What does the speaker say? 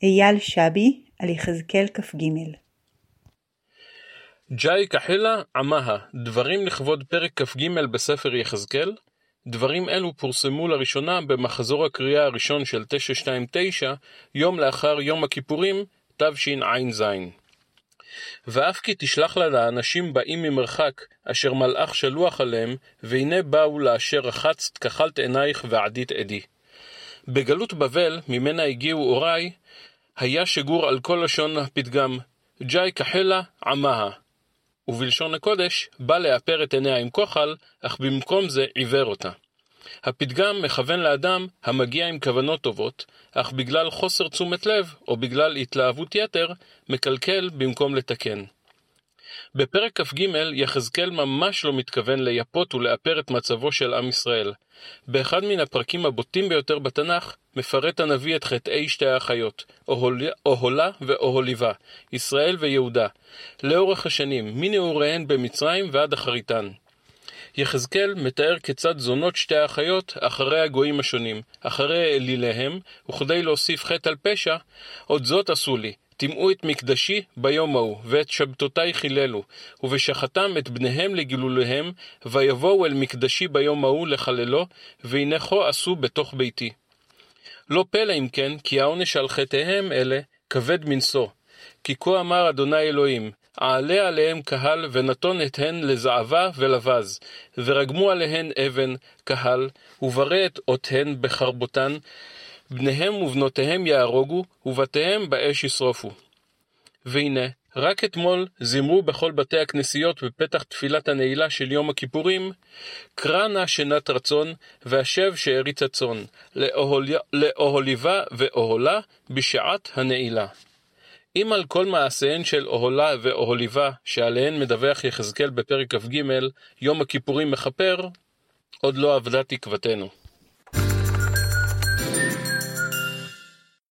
אייל שבי על יחזקאל כ"ג. ג'אי כחילה עמها, דברים לכבוד פרק כ"ג בספר יחזקאל. דברים אלו פורסמו לראשונה במחזור הקריאה הראשון של 929, יום לאחר יום הכיפורים, תשע"ז. ואף כי תשלח לה לאנשים באים ממרחק, אשר מלאך שלוח עליהם, והנה באו לאשר רחצת כחלת עינייך ועדית עדי. בגלות בבל, ממנה הגיעו אורי, היה שגור על כל לשון הפתגם, ג'אי כחילה עמها. ובלשון הקודש, בא לאפר את עיניה עם כוחל, אך במקום זה עיוור אותה. הפתגם מכוון לאדם המגיע עם כוונות טובות, אך בגלל חוסר תשומת לב, או בגלל התלהבות יתר, מקלקל במקום לתקן. בפרק כ"ג יחזקאל ממש לא מתכוון ליפות ולאפר את מצבו של עם ישראל. באחד מן הפרקים הבוטים ביותר בתנ"ך, מפרט הנביא את חטאי שתי האחיות, אוהלה ואוהליבה, ישראל ויהודה, לאורך השנים, מנעוריהן במצרים ועד אחריתן. יחזקאל מתאר כיצד זונות שתי האחיות אחרי הגויים השונים, אחרי אליליהם, וכדי להוסיף חטא על פשע, עוד זאת עשו לי, תמאו את מקדשי ביום ההוא, ואת שבתותי חיללו, ובשחתם את בניהם לגילוליהם, ויבואו אל מקדשי ביום ההוא לחללו, והנה כה עשו בתוך ביתי. לא פלא אם כן, כי העונש על חטאיהם אלה כבד מנשוא, כי כה אמר אדוני אלוהים, אעלה עליהם קהל ונתון אתהן לזעבה ולבז, ורגמו עליהן אבן קהל, וברא את אותהן בחרבותן, בניהם ובנותיהם יהרוגו, ובתיהם באש ישרופו. והנה, רק אתמול זמרו בכל בתי הכנסיות בפתח תפילת הנעילה של יום הכיפורים, קרא נא שנת רצון, והשב שארית הצאן, לאוהליבה ואוהלה בשעת הנעילה. אם על כל מעשיהן של אוהלה ואוהליבה, שעליהן מדווח יחזקאל בפרק כ"ג, יום הכיפורים מכפר, עוד לא אבדה תקוותנו.